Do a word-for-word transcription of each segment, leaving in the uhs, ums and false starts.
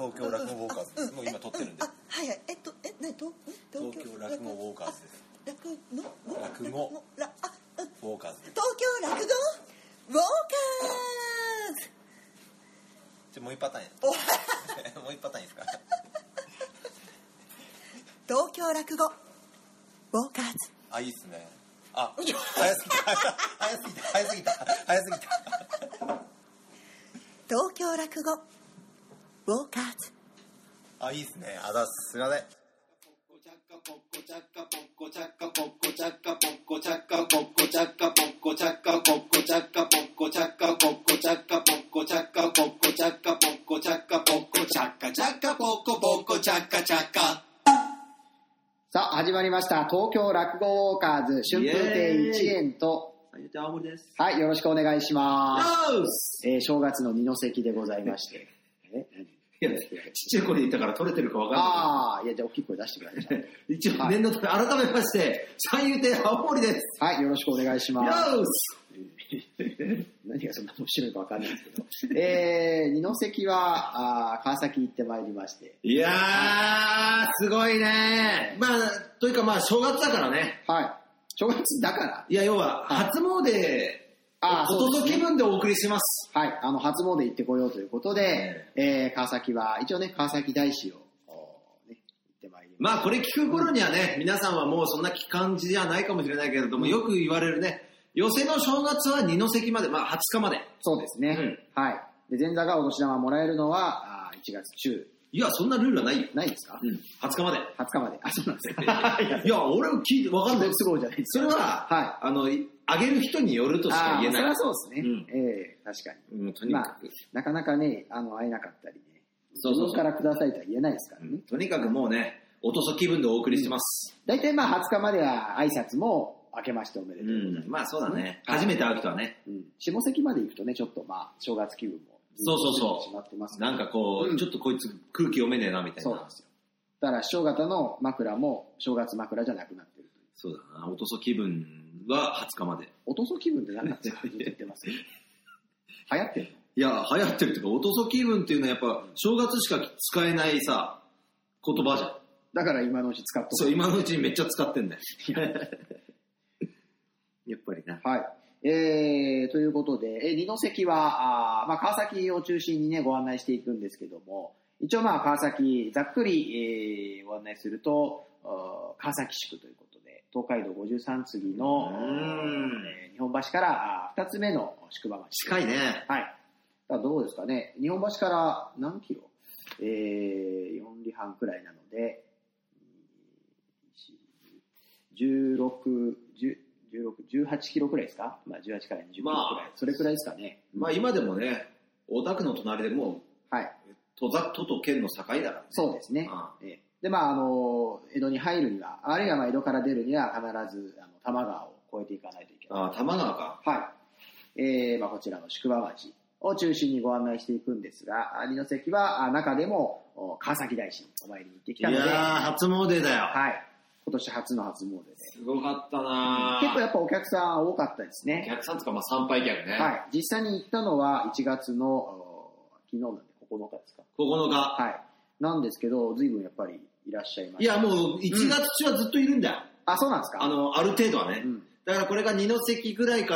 東京落語ウォーカーズです。もう今撮ってるんで。 あ、はいはい。えっと、え、何と東京落語ウォーカーズです。 落語落語らあウォーカーズです。 東京落語ウォーカーズ。 じゃもう一パターンや。もう一パターンいいですか。 東京落語ウォーカーズ。 あ、いいですね。あ、早すぎた早すぎた早すぎた早すぎた。 東京落語ウォーカーズ。 あ、いいですね。あだす。すみません。 さあ始まりました東京落語ウォーカーズ春風亭一円と青森です。 はい、よろしくお願いします。えー、正月の二の関でございましてえ何いやちっちゃい声で言ったから取れてるか分かんない。 ああ、いやじゃあ大きい声出してください。 一応念のため改めまして三遊亭青森です。 はい、よろしくお願いします。 よ何がそんな面白いか分かんないですけど、えー、二の関はあ川崎行ってまいりまして。 いやーすごいね。まあというかまあ正月だからね。 はい。正月だから。 いや要は初詣。 あお届け気分でお送りします。 はい、あの初詣行ってこようということで、えー、川崎は一応ね川崎大師を、ね、行ってまいります。 まあこれ聞く頃にはね、皆さんはもうそんな感じじゃないかもしれないけれども、うん、よく言われるね、寄席の正月は二の関まで、まあはつかまで。 そうですね。うん、はい。で前座がお年玉もらえるのはあいちがつ中。 いやそんなルールはないよ。 ないですか？ うん。はつかまで。 はつかまで。あ、そうなんですか。 いや俺も聞いてわかんない。 都合じゃないですか。それははいあの。あげる人によるとしか言えない。 あ、そりゃそうですね。うん、ええー、確かに。 うん、とにかく、まあ、 なかなかね、あの会えなかったりね。 そうそうそう。 自分からくださいとは言えないですからね。 うん、とにかくもうね、おとそ気分でお送りしてます。 大体、うん、まあはつかまでは挨拶も明けましておめでとうございます。 うん、まあそうだね。初めて会う人はね。 うん。下関まで行くとね、ちょっとまあ正月気分も。 そうそうそう。 しまってます、 ね。なんかこう、うん、ちょっとこいつ空気読めねえなみたいな。 そうなんですよ。だから師匠方の枕も正月枕じゃなくなってる。 そうだな。おとそ気分ははつかまで。 おとそ気分って何なんですか？言ってます。流行ってるの？ いや、流行ってるっていうか、おとそ気分っていうのはやっぱ正月しか使えないさ、言葉じゃん。 だから今のうち使っとく。 そう、今のうちにめっちゃ使ってんだよ。やっぱりな。 はい。えー、ということで、え二の関は、あまあ、川崎を中心にね、ご案内していくんですけども、一応まあ、川崎、ざっくり、えー、ご案内すると、川崎宿ということで、東海道ごじゅうさん次の、えー、日本橋からふたつめの宿場町。 近いね。 はい。だどうですかね。日本橋から何キロ？えー、よんりはんくらいなので、じゅうろく、じゅう、じゅうろく、じゅうはちキロくらいですか？まあじゅうはちからにじゅっキロくらい。まあ、それくらいですかね。 まあ今でもね、大田区の隣でもう、はい。都ざ都と県の境だから、ね。 そうですね。ああえで、まあ、あの、江戸に入るには、あるいはまあ江戸から出るには必ず、あの、多摩川を越えていかないといけない。 ああ、多摩川か。 はい。えー、まあこちらの宿場町を中心にご案内していくんですが、二の関は中でも川崎大師にお参りに行ってきたので。 いやー、初詣だよ。 はい。今年初の初詣で。 すごかったな、 うん、結構やっぱお客さん多かったですね。 お客さんとかまあ参拝客ね。 はい。実際に行ったのはいちがつの昨日なんでここのかですか。 ここのか。 はい。なんですけど、随分やっぱりいらっしゃいました。 いやもういちがつ中はずっといるんだよ。 うん、あ、そうなんですか。 あの、ある程度はね。うん、だからこれが二の関ぐらいから、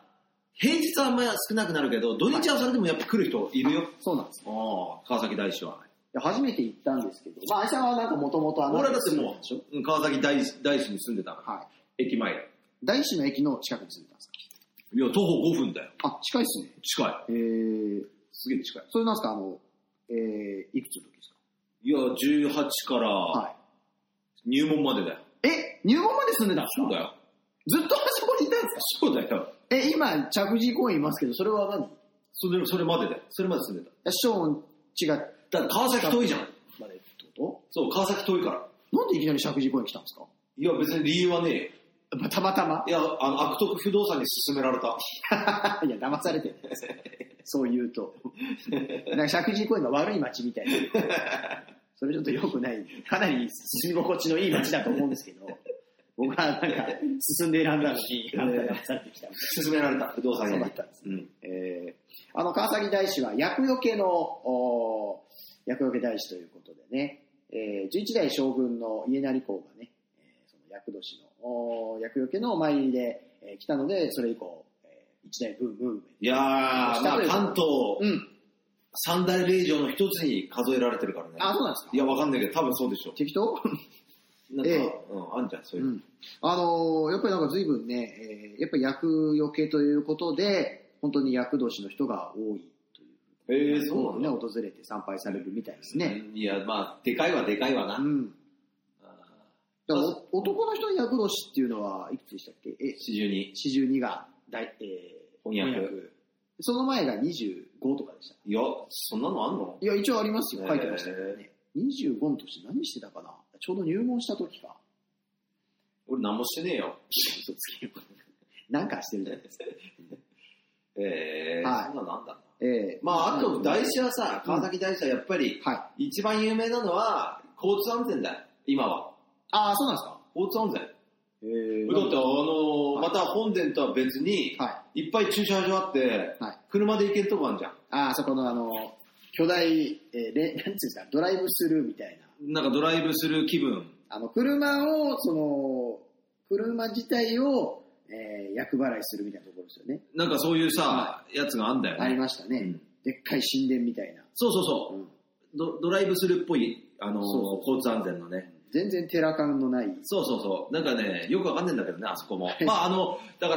平日はあんまり少なくなるけど、土日はそれでもやっぱ来る人いるよ。 そうなんですね。 ああ、川崎大師は。 初めて行ったんですけど、まあ、愛さんはなんかもともとあの、 俺だってもう、川崎大師大師に住んでたから、はい、駅前。 大師の駅の近くに住んでたんですか？ いや、徒歩ごふんだよ。 あ、近いっすね。 近い。 えー、 すげえ近い。 それなんですか、あの、えー、いくつの時ですか？ いや、じゅうはちから、入門までだよ。 え、入門まで住んでたんですか？ そうだよ。 ずっとあそこにいたんですか？ そうだよ。 え、今、石神井公園いますけど、それは何？ それ、それまでだよ。それまで住んでた。 師匠の違う。 だから川崎遠いじゃん。 までってこと？ そう、川崎遠いから。 なんでいきなり石神井公園来たんですか？ いや、別に理由はねえ。 たまたま？ いや、あの、悪徳不動産に勧められた。 いや、騙されてるんですよ。そう言うと。なんか石神井公園が悪い街みたいな。それちょっと良くない。かなり住み心地のいい街だと思うんですけど。僕はなんか進んで選んだのに、あんたがされてきた。 勧められた不動産屋だったんです。うん、えー、あの川崎大師は厄除けのお、 厄除け大師ということでね、えー、じゅういち代将軍の家成公がね、えー、その厄年の厄除けのお参りで、えー、来たので、それ以降、えー、一大ブームブーム。 いやー、まあ、関東、うん、三大霊場の一つに数えられてるからね。 あ、そうなんですか。 いや、わかんないけど、多分そうでしょ。 適当なんか、えー、うん、あんじゃん、そういう、うん。 あのー、やっぱりなんか随分ね、えー、やっぱり厄除けということで、本当に厄年の人が多いという。 えー、そうなんだ。 ね、訪れて参拝されるみたいですね。 うん、いや、まあ、でかいはでかいわな。うん。 あだから男の人の厄年っていうのは、いくつでしたっけ？え、 四十二。 四十二が大、えー、翻訳。 その前がにじゅうごとかでした。 いや、そんなのあんの？ いや、一応ありますよ。書いてましたけどね。にじゅうごの年何してたかな？ちょうど入門した時か。 俺何もしてねえよ。 嘘つけよ。なんかしてるじゃないですか。 えー、はい、そんなのあんだ。 えー、 まあ、あと大師はさ、川崎大師はやっぱり、うん、一番有名なのは交通安全だよ、今は。 ああ、そうなんですか。 交通安全。えー、だってあのーはい、また本殿とは別に、はい、いっぱい駐車場あって、はい、車で行けるとこあるじゃん。 ああ、そこのあのー、巨大、えー、れなんていうんですか、ドライブスルーみたいな。なんかドライブする気分。 あの、車を、その、車自体を、えー、厄払いするみたいなところですよね。 なんかそういうさ、はい、やつがあんだよね。 ありましたね。うん、でっかい神殿みたいな。 そうそうそう。うん、ド, ドライブスルーっぽい、あのー、そうそう交通安全のね。 全然テラ感のない。 そうそうそう。なんかね、よくわかんないんだけどね、あそこも。まあ、あの、だから、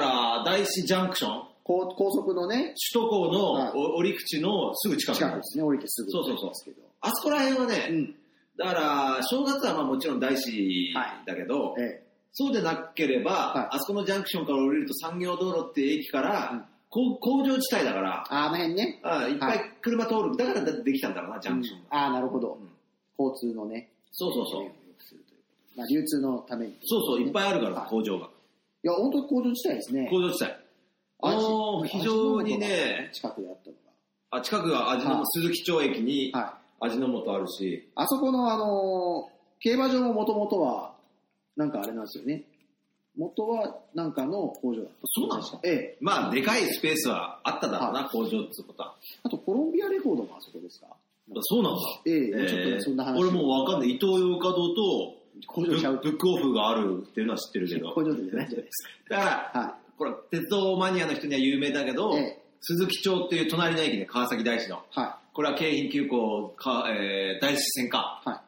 大師ジャンクション。 高, 高速のね。 首都高の、はい、折り口のすぐ近く。 近くですね、降りてすぐ。 そうそうそう。あそこら辺はね、うん、だから、正月はまあもちろん大師だけど、はいええ、そうでなければ、はい、あそこのジャンクションから降りると産業道路っていう駅から、うん工場地帯だから、 あ, あの辺ねあいっぱい車通る、はい、だからできたんだろうな、ジャンクション、うん、 ああ、なるほど、うん。交通のね、 そうそうそう。 まあ、流通のために、ね。 そうそう、いっぱいあるから、はい、工場が。 いや、本当工場地帯ですね。 工場地帯。あのー、非常にね、 近くであったのが。 あ、近くが味の、はい、鈴木町駅に味の素あるし。 あそこのあのー、競馬場ももともとは、なんかあれなんですよね。元はなんかの工場だった。 そうなんですか？ ええ。 まあ、でかいスペースはあっただろうな、はい、工場ってことは。 あと、コロンビアレコードもあそこですか？ そうなんだ。 ええ、えー、ちょっとね、そんな話。 俺もうわかんない。伊東洋華堂と、 工場ちゃうブックオフがあるっていうのは知ってるけど。 工場じゃないじゃないですか。 だから、はい、これ、鉄道マニアの人には有名だけど、ええ、鈴木町っていう隣の駅で、川崎大師の。はい。これは京浜急行か、えー、大師線か。はい。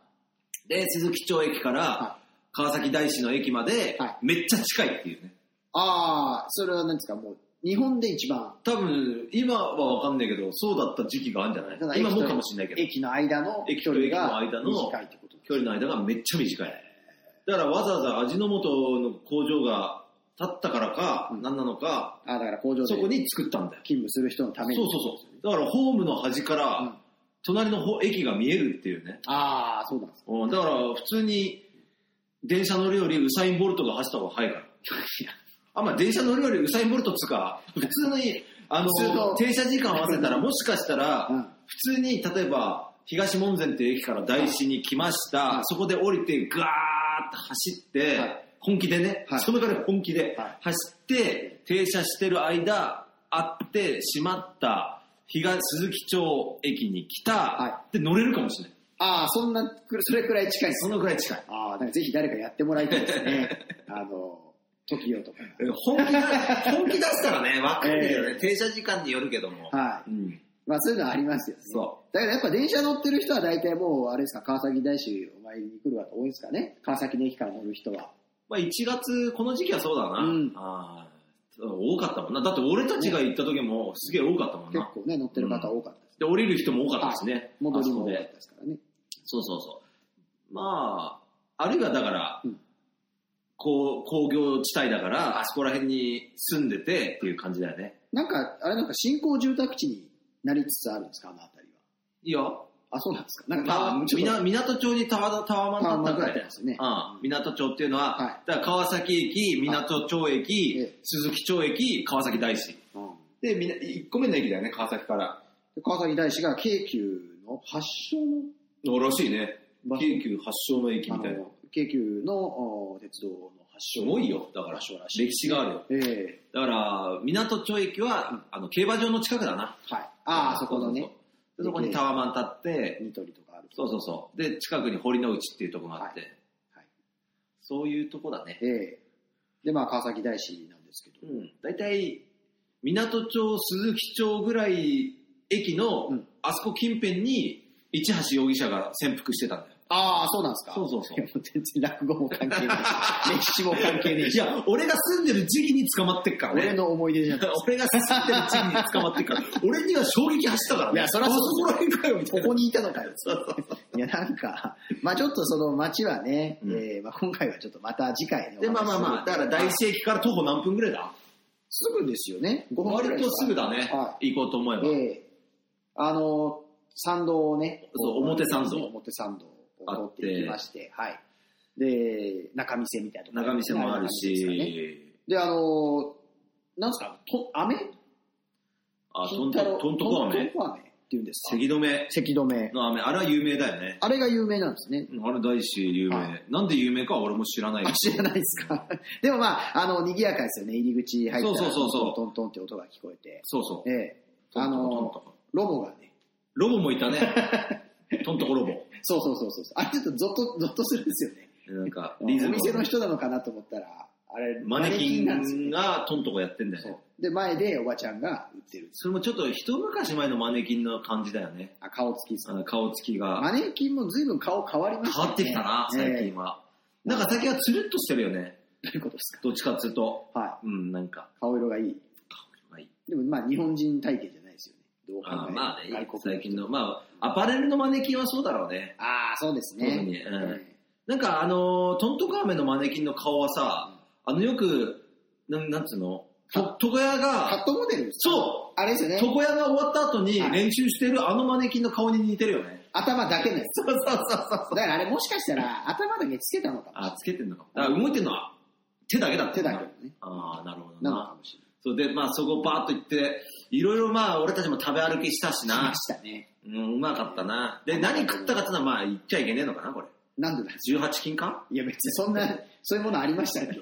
で、鈴木町駅から、はい、川崎大師の駅まで、はい、めっちゃ近いっていうね。 ああ、それは何ですか、もう、日本で一番。 多分、今はわかんないけど、そうだった時期があるんじゃない？今もかもしれないけど。 駅の間の距離が短いってことです。 距離の間がめっちゃ短い。だからわざわざ味の素の工場が建ったからか、うん、何なのか、 あ、だから工場でそこに作ったんだよ。 勤務する人のために。 そうそうそう。だからホームの端から、うん、隣の駅が見えるっていうね。 ああ、そうなんですか。 だから普通に電車乗るよりウサイン・ボルトが走った方が早いから。あ、まあ電車乗るよりウサイン・ボルトっつうか、普通に、あの、停車時間合わせたら、もしかしたら、うん、普通に、例えば、東門前っていう駅から大師に来ました。はい、そこで降りて、ガーッと走って、はい、本気でね、はい、そのから本気で走って、停車してる間、あって、閉まった、東鈴木町駅に来た、はい、で乗れるかもしれない。 ああ、そんな、それくらい近いです。 そのくらい近い。 ああ、だからぜひ誰かやってもらいたいですね。あの、時よとか。 本気だ、本気出したらね、わかんないけどね、えー、停車時間によるけども。 はい。うん、まあそういうのはありますよね。そう。だからやっぱ電車乗ってる人は大体もう、あれですか、川崎大師お参りに来る方多いですかね。川崎の駅から乗る人は。 まあいちがつ、この時期はそうだな。うん。ああ、多かったもんな。だって俺たちが行った時もすげえ多かったもんな。 結構ね、乗ってる方多かったです。 で、降りる人も多かったしね。はい、 戻りも多かったですからね。 そうそうそう。まあ、あるいはだから、うん、こう工業地帯だから、あそこら辺に住んでてっていう感じだよね。 なんか、あれなんか新興住宅地になりつつあるんですか、あの辺りは。 いや。 あ、そうなんですか。なんか、 まあ、みな港町にタワタワマンだったぐらいですね。 うん。港町っていうのは、はい、だから川崎駅、港町駅、はい、鈴木町駅、川崎大師。うん、で、みな、いっこめの駅だよね、川崎から。 川崎大師が京急の発祥のらしいね。京急発祥の駅みたいな。 京急の鉄道の発祥。 多いよ。だから、歴史があるよ。えー、だから、港町駅は、うん、あの、競馬場の近くだな。 はい。ああ、そこのね。 でそこにタワマン立ってニトリとかある。 そうそうそうで近くに堀之内っていうところがあって、 はいはい、 そういうとこだね。 ええー、でまあ川崎大師なんですけど、 うん、大体港町鈴木町ぐらい駅の、うん、あそこ近辺に市橋容疑者が潜伏してたんだよ。 ああ、そうなんですか。 そうそうそう。 全然落語も関係ないし、歴史も関係ねえし。 いや、俺が住んでる時期に捕まってっからね。 俺の思い出じゃない。 俺が住んでる時期に捕まってっから。俺には衝撃走ったからね。 いや、そらそこら辺かよ、みたいな。ここにいたのかよ。 そうそうそう。 いや、なんか、まあちょっとその街はね、うん、えーまあ、今回はちょっとまた次回ね。 で、まあまあまあ、だから大師駅から徒歩何分ぐらいだ？ すぐですよね。ごふんぐらい割とすぐだね。はい、行こうと思えば。 ええー、あの、参道をね。 そう、表参道。 表参道。通っていきまして、はい。で、中店みたいなところ、 中店もあるし、 で、あの、なんすか、と、飴あ、とんとこ飴。とんとこ飴って言うんですか。 咳止め。 咳止め。 の飴。あれは有名だよね。 あれが有名なんですね。 あれ大師有名、はい。なんで有名かは俺も知らない。 知らないですか。でもまあ、あの、賑やかですよね。入り口入ったら、 そうそうそうそう。 トントンって音が聞こえて。 そうそう。 ええ。あの、ロボがね。 ロボもいたね。トントコロボ。 そうそうそうそう。あれちょっとゾッと、ゾッとするんですよね。 なんか、 リズムお店の人なのかなと思ったら、あれ、 マネキンなんですよ、ね、がトントコやってんだよね。 で、前でおばちゃんが売ってる。 それもちょっと一昔前のマネキンの感じだよね。 あ、顔つきですか。顔つきが。 マネキンも随分顔変わりましたね。 変わってきたな、最近は。えー、なんか最近はツルッとしてるよね。 どういうことですか？ どっちかっつうと。 はい。 うん、なんか。 顔色がいい。 顔色がいい。 でもまあ日本人体型じゃないですよね。どう考えあまあね、最近の、まあ、アパレルのマネキンはそうだろうね。 ああ、そうですね。 特に、うん、なんかあの、トントコ飴のマネキンの顔はさ、あのよく、なん、なんつうのと、床屋が、 カットモデルですか？そうあれですよね。 床屋が終わった後に練習してるあのマネキンの顔に似てるよね。 頭だけのやつ。 そうそうそうそう。だからあれもしかしたら頭だけつけたのかもしれない。 あ、つけてんのかも。だから動いてるのは手だけだった。 手だけね。 ああ、なるほどな。 なのかもしれない。 そうで、まあそこをバーッと行って、いろいろまあ俺たちも食べ歩きしたしな。 しましたね。 うん、うまかったな。で、何食ったかってのはまあ言っちゃいけねえのかな、これ。 なんでだじゅうはち金か？ いや別にそんな、そういうものありましたっけ？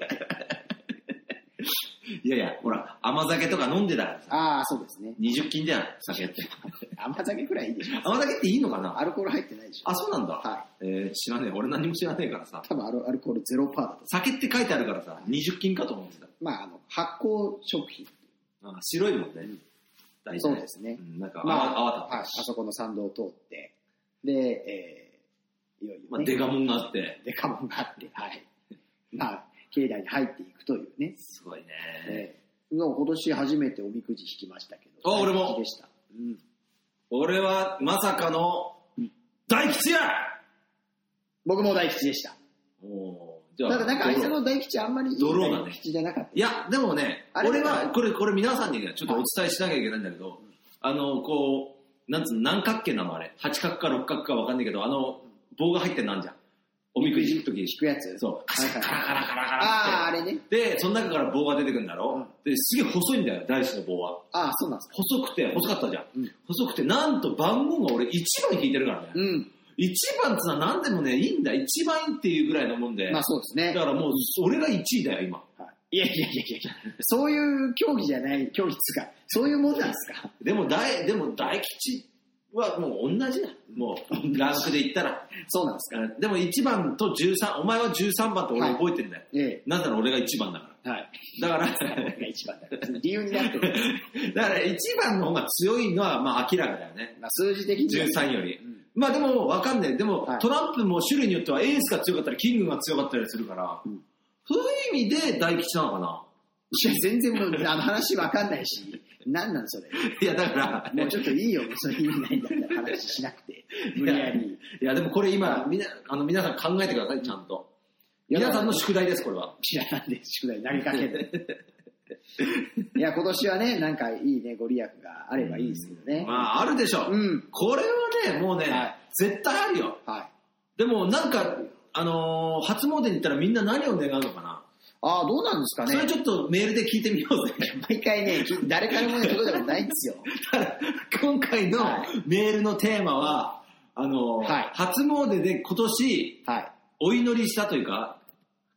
いやいや、ほら、甘酒とか飲んでたからさ。 ああ、そうですね。 にじゅっ金じゃん、酒って。 甘酒くらいいいでしょ。 甘酒っていいのかな？ アルコール入ってないでしょ。 あ、そうなんだ。 はい。 えー、知らねえ。俺何も知らねえからさ。 多分アルアルコールゼロパーセントだと。 酒って書いてあるからさ、にじゅっ金かと思ってた。 まあ、あの、発酵食品。 あ白いもんね。 大体そうですね。 うん、なんか、 まあ、 泡立って、 はい。あそこの参道を通って、で、えー、いよいよ、ね。 まあ、デカモンがあって。 デカモンがあって、はい。まあ、境内に入っていくというね。 すごいね。 えー今年初めておみくじ引きましたけど。 あ、俺も。 でした。うん。 俺はまさかの大吉や。 僕も大吉でした。 おじゃあただなんかあいつの大吉あんまりいい大吉じゃなかった。 いやでもね、俺はこれこれ皆さんにねちょっとお伝えしなきゃいけないんだけど、はい、あのこうなんつうの何角形なのあれ、八角か六角かわかんないけどあの棒が入ってなんじゃん。おみくじ引くとき引くやつそう。カラカラカラカラカラああ、あれね。 で、その中から棒が出てくるんだろ、うん、で、すげえ細いんだよ、大師の棒は。 ああ、そうなんですか。 細くて、細かったじゃん。うん、細くて、なんと番号が俺いちばん引いてるからね。 うん。 いちばんってのは何でもね、いいんだ。いちばんいいっていうぐらいのもんで。 まあそうですね。 だからもう、俺がいちいだよ、今。 はい、いやいやいやいやそういう競技じゃない、競技っつうか、そういうもんなんですか。 でも大、でも大吉はもう同じだ。もう、ランクで言ったら。 そうなんですか。 でもいちばんとじゅうさん、お前はじゅうさんばんと俺覚えてんだよ。 はい、ええ。 なぜなら俺がいちばんだから。 はい。 だから、 俺がいちばんだから。理由になってる。 だからいちばんの方が強いのはまあ明らかだよね。 まあ数字的に。 じゅうさんより。うん、まあでもわかんない。でも、はい、トランプも種類によってはエースが強かったり、キングが強かったりするから、うん、そういう意味で大吉なのかな。 いや、全然もう、あの話わかんないし。何なんそれ。 いやだからもうちょっといいよ、そういう意味ないんだったら話しなくて無理やり。 いやでもこれ今みなあの皆さん考えてくださいちゃんと。皆さんの宿題ですこれは。 いやなんで宿題投げかける。いや今年はねなんかいいねご利益があればいいですけどね。 まああるでしょ。うん。これはねもうね、はい、絶対あるよ。 はい。 でもなんかあのー、初詣に行ったらみんな何を願うのかな。 ああ、どうなんですかね。 それちょっとメールで聞いてみようぜ。 毎回ね、誰からもね、届いたことないんですよ。 今回のメールのテーマは、あの、はい、初詣で今年、はい、お祈りしたというか、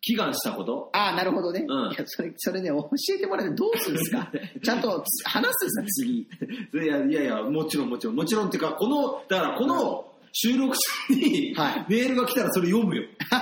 祈願したこと。 ああ、なるほどね。 うん、 いや、それ、それね、教えてもらってどうするんですかちゃんと話すんですか、次。 いやいやいや、もちろんもちろん、もちろんっていうか、この、だからこの収録中に、メールが来たらそれ読むよ。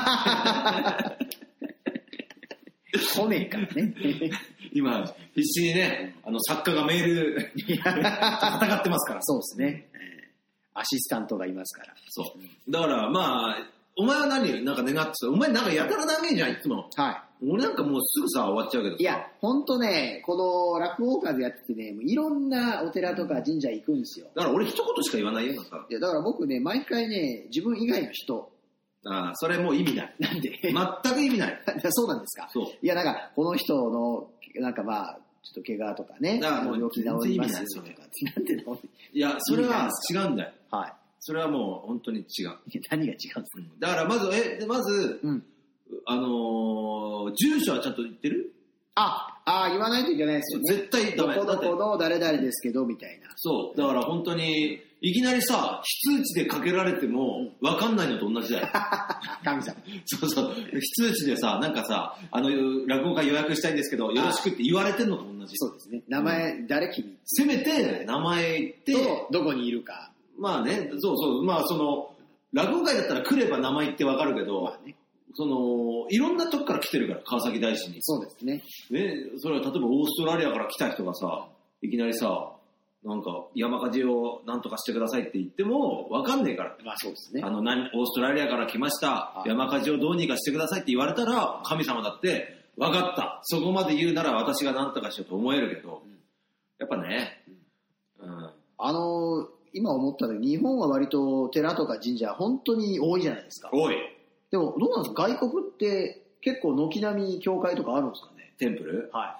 来ねえからね。 今、必死にね、あの、作家がメール、戦ってますから。 そうですね。アシスタントがいますから。 そう。だから、まあ、お前は何なんか願ってた？お前なんかやたら長いじゃん、いつも。 はい。 俺なんかもうすぐさ、終わっちゃうけどさ。 いや、ほんとね、この落語会でやっててね、もういろんなお寺とか神社行くんですよ。 だから俺一言しか言わないよ、さ。 いや、だから僕ね、毎回ね、自分以外の人。 ああ、それもう意味ない。 なんで全く意味ない。 そうなんですか。 そう。 いや、なんか、この人の、なんかまあ、ちょっと怪我とかね、 もう病気治りますよとか、なんてのいや、それは違うんだよ。 はい。 それはもう本当に違う。 何が違うんですか、 うん、だからまず、え、でまず、うん、あのー、住所はちゃんと言ってる？ あ、あ言わないといけないですよね。 絶対ダメ。 どこどこの誰々ですけど、みたいな。 そう。だから本当に、いきなりさ、非通知でかけられても、わかんないのと同じだよ。 神様。 そうそう。非通知でさ、なんかさ、あの、落語会予約したいんですけど、よろしくって言われてんのと同じ。 そうですね。名前、うん、誰君せめて、名前言って、 どこにいるか。 まあね、そうそう、まあその、落語会だったら来れば名前言ってわかるけど、まあね、その、いろんなとこから来てるから、川崎大師に。 そうですね。 ね、それは例えばオーストラリアから来た人がさ、いきなりさ、なんか山火事をなんとかしてくださいって言ってもわかんねえから。 まあそうですね。 あの、オーストラリアから来ました。山火事をどうにかしてくださいって言われたら、神様だって、わかった。そこまで言うなら私がなんとかしようと思えるけど、うん、やっぱね、 うん、あのー、今思ったのは日本は割と寺とか神社本当に多いじゃないですか。 多い。 でもどうなんですか、外国って結構軒並み教会とかあるんですかね。 テンプル？ はい。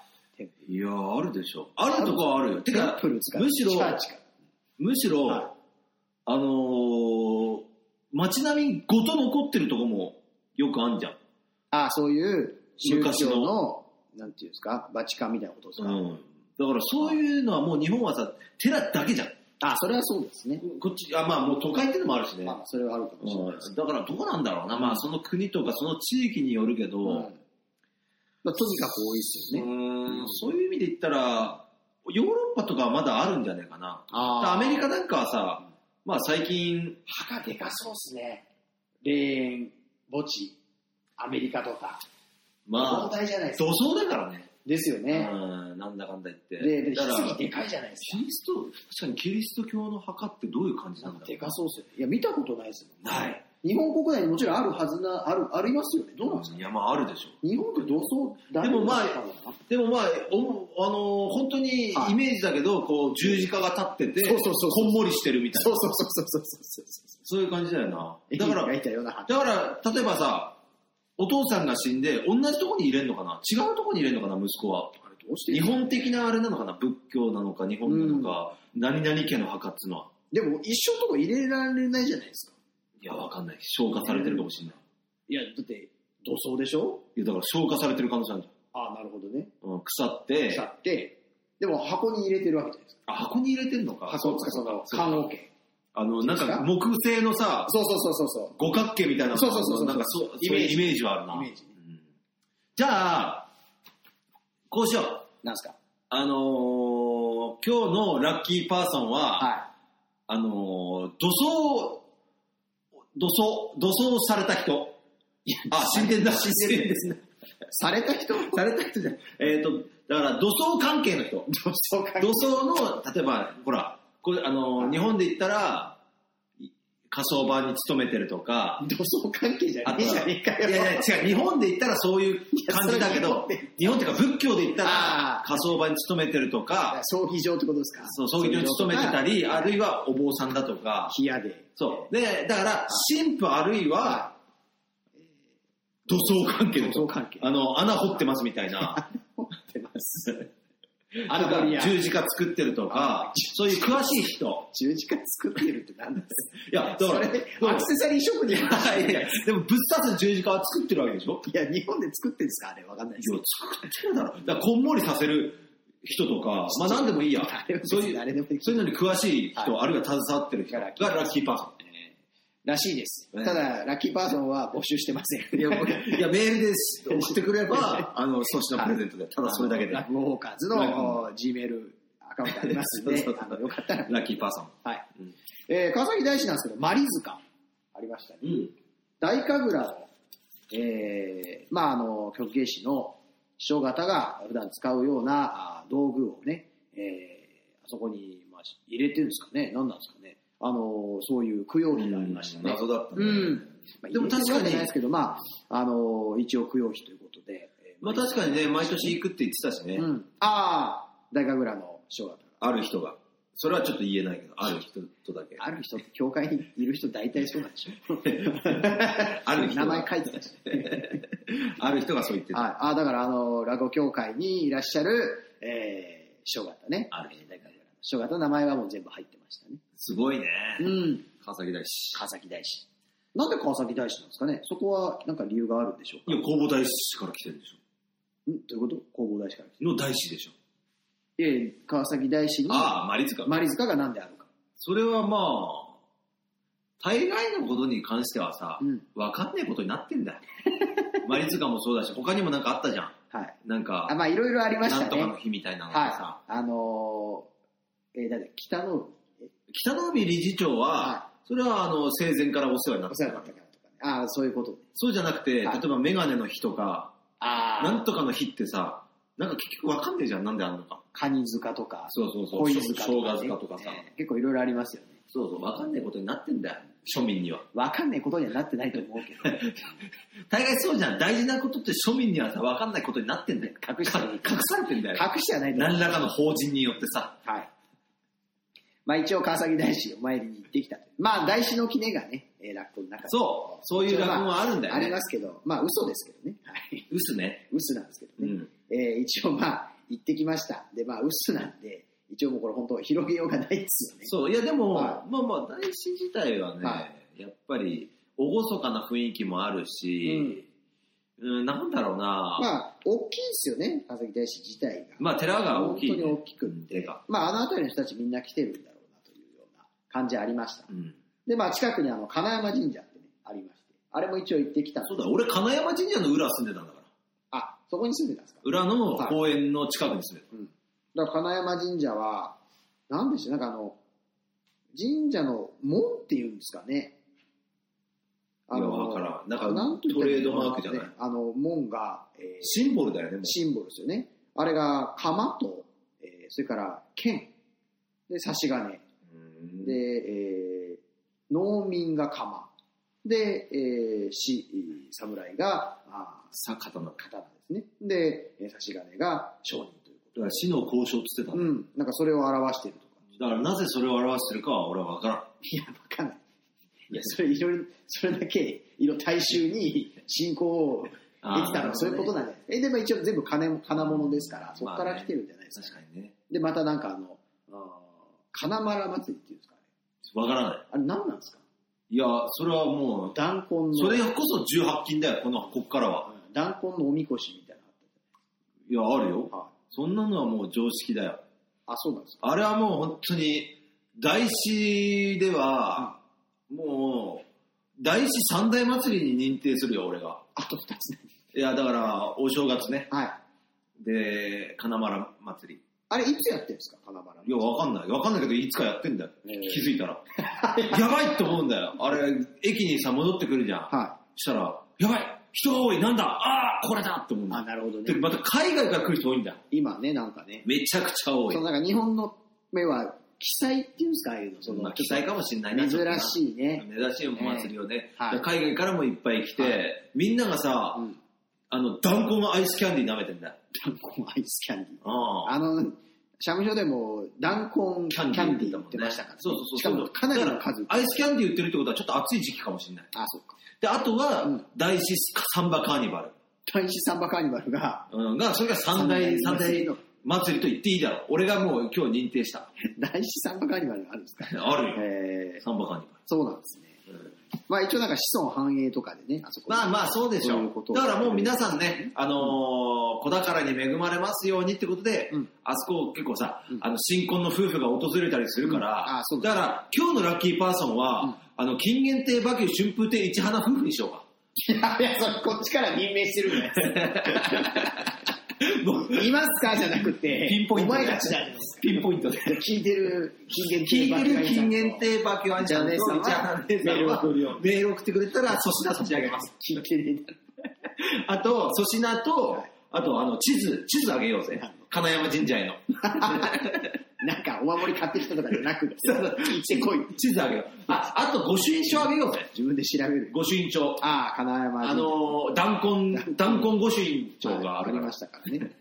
いやー、あるでしょ。あるとこはあるよ。てか、 むしろ、 むしろ、はい、あのー、街並みごと残ってるとこもよくあんじゃん。 ああ、そういう宗教の、なんていうんですか、バチカンみたいなことですか。うん。 だからそういうのはもう日本はさ、寺だけじゃん。 あ、それはそうですね。 こっち、あ、まあもう都会っていうのもあるしね。 まあ、それはあるかもしれないです、 うん。だからどうなんだろうな。まあその国とかその地域によるけど、うん、 まあ、とにかく多いですよね。 うん、そういう意味で言ったら、ヨーロッパとかはまだあるんじゃないかな。あアメリカなんかはさ、まあ最近。 歯がでかそうですね。霊園、墓地、アメリカとか。 まあ、 壮大じゃないですか。 土葬だからね。 ですよね。 うん、なんだかんだ言って。 で、で、棺でかいじゃないですか。 キリスト、確かにキリスト教の墓ってどういう感じなんだろう。 でかそうですよね。いや、見たことないですもんね。ない。 日本国内にもちろんあるはずな、ある、ありますよね。どうなんですか？ いや、まああるでしょう。日本って土葬だでもまあ、でもまあ、おあのー、本当にイメージだけど、こう、十字架が立ってて、 そうそうそうこんもりしてるみたいな。 そうそうそうそうそうそう。 そういう感じだよな。だから、 だから、例えばさ、お父さんが死んで、同じとこに入れるのかな？違うとこに入れるのかな、息子は。日本的なあれなのかな、仏教なのか日本なのか、うん、何々家の墓っていうのは。 でも一緒のとこ入れられないじゃないですか。 いや、わかんない。消化されてるかもしれない。 いや、だって土葬でしょ？ いや、だから消化されてる可能性あるじゃん。 ああ、なるほどね。 うん、腐って。 腐って、でも箱に入れてるわけじゃないですか。 あ、箱に入れてんのか。 箱を使うその棺桶。 あの、なんか木製のさ、 そうそうそうそう。 五角形みたいな。 そうそうそうそう。 なんかそう、イメージ、イメージはあるな。 イメージ、 うん。じゃあ、こうしよう。 なんすか？ あのー、今日のラッキーパーソンは、はい、あのー、土葬、土葬、土葬された人。あ、死んでんだ。 死んでるんですね。された人された人じゃない。えっ、ー、と、だから土葬関係の人。 土葬関係。 土葬の、例えば、ほら、これあのー、日本で言ったら、火葬場に勤めてるとか。 土葬関係じゃねえじゃねえかよ。 いやいや、違う。日本で言ったらそういう感じだけど、日本っていうか仏教で言ったら、火葬場に勤めてるとか。 葬儀場ってことですか？ そう、葬儀場に勤めてたり、あるいはお坊さんだとか。 部屋で。 そう。で、だから、神父あるいは、土葬関係の人。 土葬関係。 あの、穴掘ってますみたいな。 掘ってます。 あとか十字架作ってるとか、そういう詳しい人。 十字架作ってるって何ですか？ いや、だから、 アクセサリー職人。いやいや、でもぶっ刺す十字架は作ってるわけでしょ？ いや、日本で作ってるんですかあれ？わかんないです。 いや、作ってるだろ。だから、こんもりさせる人とか、まあ何でもいいや。そういう、そういうのに詳しい人、あるいは携わってる人がラッキーパーソン。 らしいです。 ねただ、ラッキーパーソンは募集してません。 いや、いやメールです送ってくれば、あの、送信のプレゼントで、ただそれだけで。 落語ウォーカーズの G メールアカウントありますんで、 そうそうそうあのよかったら。 ラッキーパーソン。 はい。 うんえー川崎大師なんですけど、マリ塚ありましたね。 うん。 大神楽の、えー、まあ、あの、曲芸師の師匠方が普段使うようなあ道具をね、えー、あそこに、まあ、入れてるんですかね。何なんですかね。あの、そういう供養費がありましたね。 謎だったね。 うん。まあ、 でも確かに入れてるわけじゃないですけど、まあ、あの、一応供養費ということで。えーまあ確かにね、毎年行くって言ってたしね。 うん。ああ、大神楽の師匠方が。 ある人が。それはちょっと言えないけど、ある人とだけ。 ある人って教会にいる人大体そうなんでしょある人が名前書いてたし。 ある人がそう言ってた。 はい、あだからあの落語協会にいらっしゃる、えー、師匠方ね、 あるえー大神楽の師匠方の名前がもう全部入ってましたね。 すごいね。 うん。 川崎大師。 川崎大師。なんで川崎大師なんですかね。そこはなんか理由があるんでしょうか。 いや、弘法大師から来てるでしょ。 んどういうこと？弘法大師から来ての大師でしょ。 いやいや川崎大師にああ、マリ塚。 マリ塚がなんであるか。 それはまあ、大概のことに関してはさ、 うんわかんないことになってんだよ。マリ塚もそうだし、他にもなんかあったじゃん。 はい。 なんか、 あまあいろいろありましたね。 なんとかの日みたいなのがさ、 はい。あのー、えー、だって北のえ北野海理事長は、 はそれはあの生前からお世話になってたお世話になったからとかね。ああそういうことで。 そうじゃなくて、 はい例えばメガネの日とか、 ああ。 なんとかの日ってさ、なんか結局わかんないじゃん、なんであんのか。 カニ塚とか。 そうそうそう。 恋塚とか、ね。 生姜塚とかさ。 えー結構いろいろありますよね。 そうそう、わかんないことになってんだよ、庶民には。 わかんないことにはなってないと思うけど。 大概そうじゃん。大事なことって庶民にはさ、わかんないことになってんだよ。 隠して隠されてんだよ。 隠してはないと思う。 何らかの法人によってさ。 はい。まあ一応川崎大師お参りに行ってきたという。まあ大師の記念がね、えー落語の中で。 そう。そういう落語はあるんだよね。 ありますけど、まあ嘘ですけどね。はい。 嘘ね。 嘘なんですけどね。 うん。 えー一応まあ行ってきました。でまあ嘘なんで、一応もうこれ本当広げようがないですよね。 そう。いやでも、 はまあまあ、大師自体はね、 はやっぱり、厳かな雰囲気もあるし、うん、なんだろうな、 まあ大きいですよね、川崎大師自体が。 まあ寺が大きい、ね。 本当に大きくって、 手が。 まああの辺りの人たちみんな来てるんだろうなというような感じありました。 うん。 でまあ近くにあの金山神社ってねありまして、あれも一応行ってきたんです。 そうだ、俺金山神社の裏住んでたんだから。 あ、そこに住んでたんですか。 裏の公園の近くに住んでた。 うん。だから金山神社はなんでしょう、なんかあの神社の門っていうんですかね。 いやわからん。なんかなんて言ったらいいのトレードマークじゃないねあの門が、えーシンボルだよね、もう。 シンボルですよね。あれが鎌と、えーそれから剣で差し金うんで、えー農民が鎌で、えー、し侍があさ、刀。だか刀ですね。で、えー差し金が商人というこら死の交渉っつってたと。 の。 うん。なんかそれを表しているとか。 だからなぜそれを表してるかは俺は分からん。 いや、わかんない。いや、それいろいろ、それだけ、いろ大衆に信仰をできたのはそういうことなんじゃないですか。え、でも一応全部金、金物ですから、そこから来てるんじゃないですか。 確かにね。 で、またなんかあの、あー金丸祭りっていうんですかね。 分からない。 あれ何なんですか？ いや、それはもう、 弾痕の。 それこそじゅうはっきんだよ、この、こっからは。 うん弾痕のおみこしみたいなのあったじゃないいや、あるよ。 はい。 そんなのはもう常識だよ。 あ、そうなんですか。 あれはもう本当に、大師では、もう、大師三大祭りに認定するよ、俺が。 あと二つね。 いや、だから、お正月ね。 はい。 で、金丸祭り。 あれいつやってるんですか、金丸。 いや、わかんない。わかんないけど、いつかやってんだよ。 えー気づいたら。やばいって思うんだよ。あれ、駅にさ、戻ってくるじゃん。 はそしたら、やばい人が多いなんだああこれだって思うんい。 だよ。 あ、なるほどで、 ね。 また海外から来る人多いんだよ。 今ね、なんかね。 めちゃくちゃ多いそ。のなんか日本の目は、記載っていうんですか、ああいうの。そのまあ、記載かもしれないな。 珍しいね。 珍しいお祭りをね、 はい海外からもいっぱい来て、 はいみんながさ、 うん。 あの、弾痕アイスキャンディー舐めてんだよ。 弾痕アイスキャンディー。 あああの、社務所でも弾痕キャンディーって言ってましたから、ね。 そうそうそう。 しかもかなりの数。 アイスキャンディー売ってるってことはちょっと暑い時期かもしれない。 あ、そうか。 で、あとは、 うん大師サンバカーニバル。 大師サンバカーニバルが、 うん、が、それが三大、三大の祭りと言っていいだろう。俺がもう今日認定した。 大師サンバカーニバルがあるんですか？ あるよ。 えー、 サンバカーニバそうなんですね。 ル。うんまあ一応なんか子孫繁栄とかでね、あそこまあまあそうでしょそういうことだからもう皆さんね、あのー、子宝に恵まれますようにってことで、 うんあそこ結構さ、 うんあの新婚の夫婦が訪れたりするから、 うんあそうだだから今日のラッキーパーソンは、 あの、金元亭馬球春風亭市花夫婦にしようか。 いやいや、それこっちから任命してるんですいますかじゃなくて、 ピンポイントでお前たちだよ。 ピンポイントで。 聞いてる金元亭聞いてる金元亭馬球あんちゃんとじゃあねじゃあねメール送るよメール送ってくれたら粗品差し上げます。 聞いてる。 あと、粗品と、あと、あの、地図、地図あげようぜ。金山神社への。 なんか、お守り買ってきたとかじゃなくて、聞いてこい。 地図あげよう。あ、あと、御朱印帳あげようぜ。 自分で調べる。 御朱印帳。 ああ、金山神社。 あのー、弾痕、弾痕御朱印帳があるありましたからね。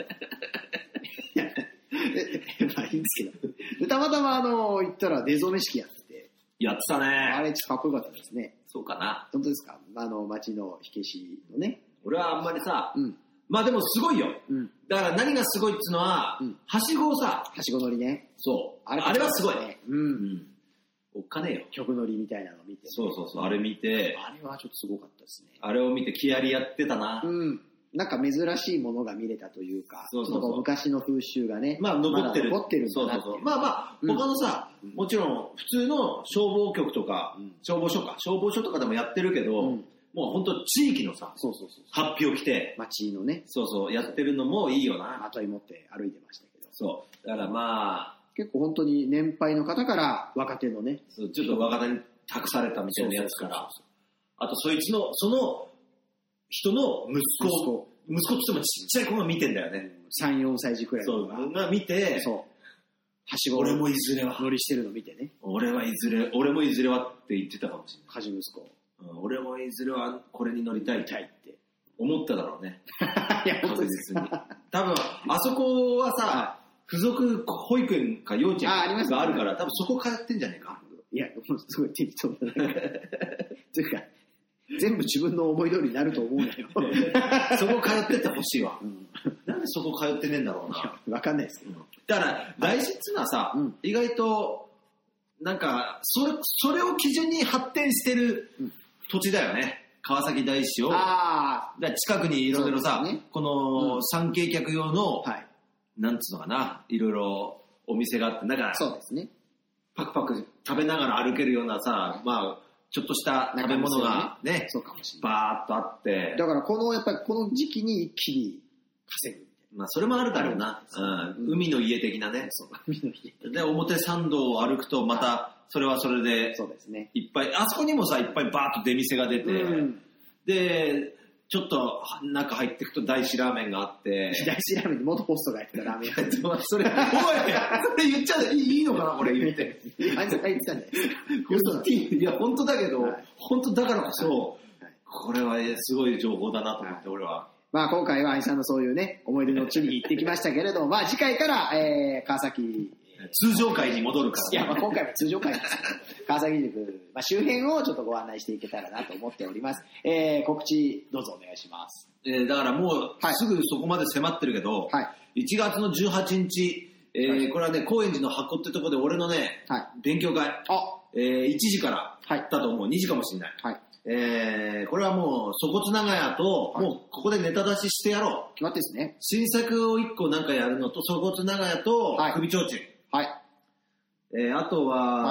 まあいいんですけど。でたまたま、あの、行ったら出初め式やってて。 やってたね。 あれ、ちょっとかっこよかったですね。 そうかな。 本当ですか？あの、町の火消しのね。 俺はあんまりさ、 うん。 まあでもすごいよ。 うん。 だから何がすごいっつうのは、 うんはしごをさ、 はしご乗りね。 そう。あれあれはすごい。 ね。う。 うんん。おっかねえよ。 曲乗りみたいなの見て。 そうそうそう。あれ見て、 あれはちょっとすごかったですね。 あれを見て気合いやってたな。 うん。なんか珍しいものが見れたというか、 そうそうそうちょっと昔の風習がね、 まあ残ってる。 まだ残ってるんだなっていうそうそうそう。まあまあ、 うん他のさ、もちろん普通の消防局とか、 うん消防署か、消防署とかでもやってるけど、 うんもう本当地域のさ、 そうそうそう。 発表来て、 街のね、 そうそう、やってるのもいいよな。 まとい持って歩いてましたけど。 そう。だからまあ、 結構本当に年配の方から若手のね、 そうちょっと若手に託されたみたいなやつからそうそうそう、 あとそいつの、その人の息子、息子って言ってもちっちゃい子が見てんだよね。 さん、よんさい児くらいそう、 のが、 が見て、 そう。はしご俺もいずれは、 乗りしてるの見てね、 俺はいずれ、俺もいずれはって言ってたかもしれない。 家事息子、 うん俺もいずれはこれに乗りたい痛いって。 思っただろうね。 いや、本当確です実に。多分、あそこはさ、付属保育園か幼稚園あありますねがあるから、多分そこ通ってんじゃねえか。 いや、もうすごい適当な。というか、全部自分の思い通りになると思うんだよ。 そこ通ってってほしいわ。 うんなんでそこ通ってねえんだろうな。 わかんないですけど。 だから、大師っていうのはさ、 うん意外と、なんか、それ、それを基準に発展してるうん土地だよね。川崎大師を。だかあら近くにいろいろさ、 そうですねこの参詣客用の、 あ、はい。 なんつうのかな、いろいろお店があって、だから、 そうですね。 パクパク食べながら歩けるようなさ、まあ、ちょっとした食べ物がね、 そうかもしれない。 バーっとあって、 だからこの、やっぱりこの時期に一気に稼ぐみまあ、それもあるだろうな。うん、海の家的なね。 たいな。そう、海の家。 で、表参道を歩くと、また、それはそれで、 そうですね。 いっぱい、あそこにもさ、いっぱいバーっと出店が出て、 うん。 で、ちょっと中入っていくと大師ラーメンがあって、 大師ラーメンで元ホストがやってたラーメン屋さん。 それ、おい、それ言っちゃいいいいのかな、これ言って。 いやあいつが言ってたんじゃないですか。 本当いや、本当だけど、 はい本当だからこそ、 はいこれはすごい情報だなと思って、俺は。 まあ今回は愛さんのそういうね、思い出の地に行ってきましたけれども、まあ次回から、えー、川崎、 通常会に戻るから、 いや、まあ今回は通常会ですけど、川崎塾、まあ、周辺をちょっとご案内していけたらなと思っております。えー、告知どうぞお願いします。 えーだからもう、 はいすぐそこまで迫ってるけど、 はい。 いちがつのじゅうはちにち、えーはいこれはね、高円寺の箱ってとこで俺のね、 はい。 勉強会、 あ、 えーいちじからはいだと思う、にじかもしれない。 はい。 えーこれはもう、粗骨長屋と、 はいもうここでネタ出ししてやろう。 決まってですね。 新作をいっこなんかやるのと、粗骨長屋とはい、 首ちょうちん。 はい。 えーあと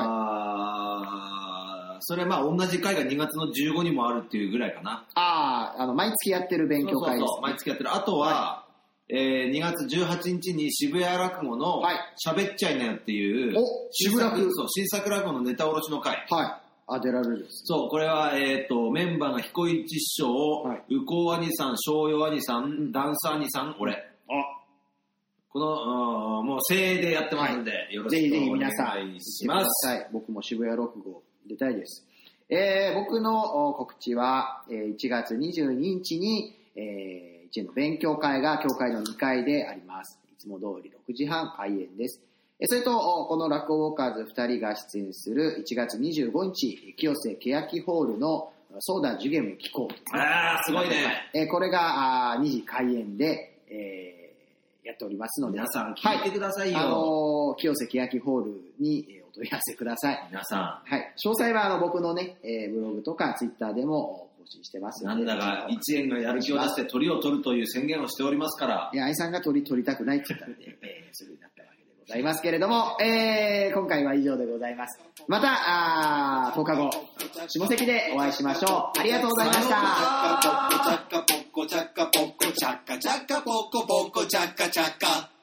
は、それまあ同じ会がにがつのじゅうごにもあるっていうぐらいかな。 ああ、あの、毎月やってる勉強会です、ね。 そうそうそう毎月やってる。あとは、えーにがつじゅうはちにちに渋谷落語のはい喋っちゃいなよっていう、 お新渋落作そう新作落語のネタおろしの会。 はい。あ、出られるんです。 そう、これは、えっ、と、メンバーが彦一師匠、 はい右近兄さん、翔陽兄さん、 んダンサー兄さん、俺。 あ、 この、うんもう精鋭でやってますんで、よろぜひぜひしくお願皆さん、 いします。 はい。僕も渋谷六号出たいです。えー、僕のお告知は、えー、いちがつにじゅうににちに、えー、いちの勉強会が教会のにかいであります。いつも通りろくじはん開演です。えーそれと、おこの落語ウォーカーズふたりが出演するいちがつにじゅうごにち、清瀬欅ホールのソーダジュゲム機構。 あー、すごいね。 えーこれがあーにじ開演で、えーやっておりますので、 皆さん聞いてくださいよ。 あのー清瀬欅ホールにえーお問い合わせください。 皆さはい。詳細はあの僕のね、えーブログとかツイッターでも更新してますん、 ので。 なんだか一円がやる気を出して鳥を取るという宣言をしておりますからい、や、愛さんが取り取りたくないって言ったんで、えー、それになったわけでございますけれども、えー、今回は以上でございます。また、あーとおかご、下関でお会いしましょう。ありがとうございました。 チャッカポッコチャッカポッコチャッカポッコチャッカチャッカポッコポッコチャッカチャッカ。